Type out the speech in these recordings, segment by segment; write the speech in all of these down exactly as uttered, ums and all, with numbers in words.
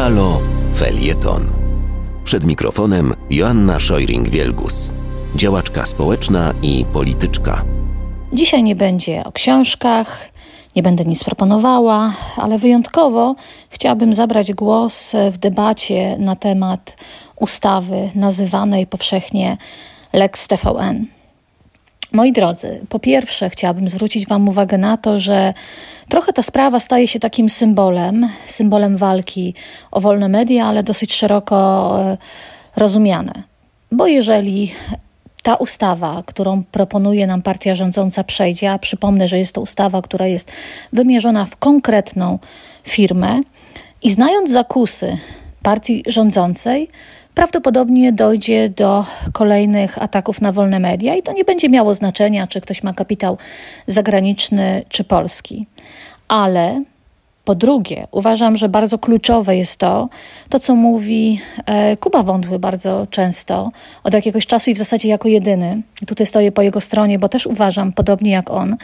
Halo Felieton. Przed mikrofonem Joanna Szojring-Wielgus, działaczka społeczna i polityczka. Dzisiaj nie będzie o książkach, nie będę nic proponowała, ale wyjątkowo chciałabym zabrać głos w debacie na temat ustawy nazywanej powszechnie Lex T V N. Moi drodzy, po pierwsze chciałabym zwrócić Wam uwagę na to, że trochę ta sprawa staje się takim symbolem, symbolem walki o wolne media, ale dosyć szeroko rozumiane. Bo jeżeli ta ustawa, którą proponuje nam partia rządząca, przejdzie, a przypomnę, że jest to ustawa, która jest wymierzona w konkretną firmę i znając zakusy partii rządzącej, prawdopodobnie dojdzie do kolejnych ataków na wolne media i to nie będzie miało znaczenia, czy ktoś ma kapitał zagraniczny, czy polski. Ale po drugie, uważam, że bardzo kluczowe jest to, to co mówi e, Kuba Wątły bardzo często, od jakiegoś czasu i w zasadzie jako jedyny. Tutaj stoję po jego stronie, bo też uważam, podobnie jak on,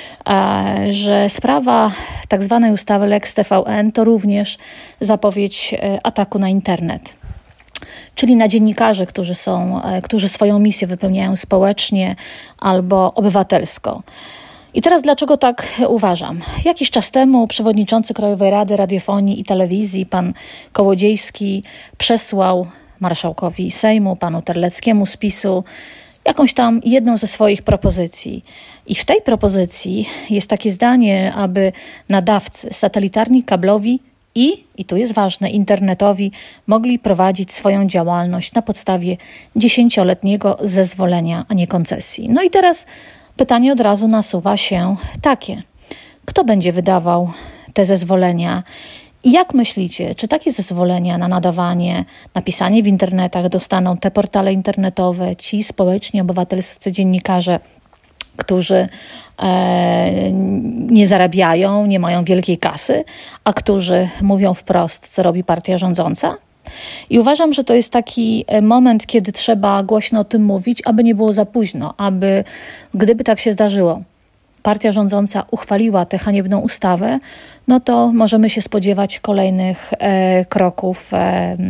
e, że sprawa tak zwanej ustawy Lex T V N to również zapowiedź e, ataku na internet. Czyli na dziennikarzy, którzy są, którzy swoją misję wypełniają społecznie albo obywatelsko. I teraz dlaczego tak uważam? Jakiś czas temu przewodniczący Krajowej Rady Radiofonii i Telewizji, pan Kołodziejski, przesłał marszałkowi Sejmu, panu Terleckiemu z PiSu, jakąś tam jedną ze swoich propozycji. I w tej propozycji jest takie zdanie, aby nadawcy satelitarni, kablowi I, i tu jest ważne, internetowi mogli prowadzić swoją działalność na podstawie dziesięcioletniego zezwolenia, a nie koncesji. No i teraz pytanie od razu nasuwa się takie. Kto będzie wydawał te zezwolenia? I jak myślicie, czy takie zezwolenia na nadawanie, na pisanie w internetach dostaną te portale internetowe, ci społeczni, obywatelscy dziennikarze, którzy e, nie zarabiają, nie mają wielkiej kasy, a którzy mówią wprost, co robi partia rządząca? I uważam, że to jest taki moment, kiedy trzeba głośno o tym mówić, aby nie było za późno, aby, gdyby tak się zdarzyło, partia rządząca uchwaliła tę haniebną ustawę, no to możemy się spodziewać kolejnych e, kroków, e,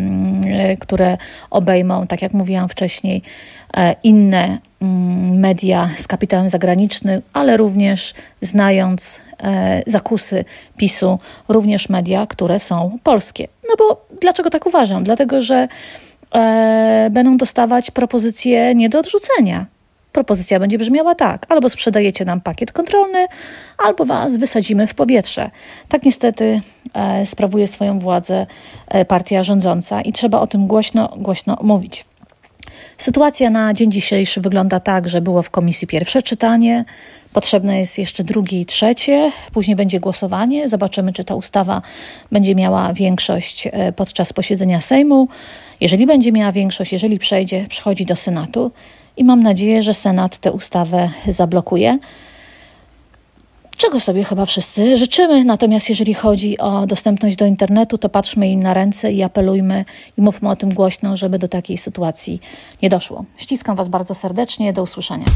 e, które obejmą, tak jak mówiłam wcześniej, e, inne m, media z kapitałem zagranicznym, ale również, znając e, zakusy PiSu, również media, które są polskie. No bo dlaczego tak uważam? Dlatego, że e, będą dostawać propozycje nie do odrzucenia. Propozycja będzie brzmiała tak, albo sprzedajecie nam pakiet kontrolny, albo was wysadzimy w powietrze. Tak niestety e, sprawuje swoją władzę e, partia rządząca i trzeba o tym głośno, głośno mówić. Sytuacja na dzień dzisiejszy wygląda tak, że było w komisji pierwsze czytanie, potrzebne jest jeszcze drugie i trzecie, później będzie głosowanie, zobaczymy, czy ta ustawa będzie miała większość e, podczas posiedzenia Sejmu. Jeżeli będzie miała większość, jeżeli przejdzie, przychodzi do Senatu. I mam nadzieję, że Senat tę ustawę zablokuje, czego sobie chyba wszyscy życzymy. Natomiast jeżeli chodzi o dostępność do internetu, to patrzmy im na ręce i apelujmy i mówmy o tym głośno, żeby do takiej sytuacji nie doszło. Ściskam Was bardzo serdecznie. Do usłyszenia.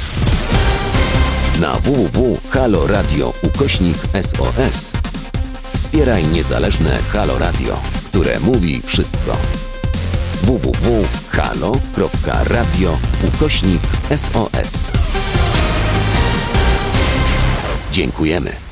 Na w w w kropka halo radio ukośnik S O S wspieraj niezależne Halo Radio, które mówi wszystko. w w w kropka halo kropka radio ukośnik S O S. Dziękujemy.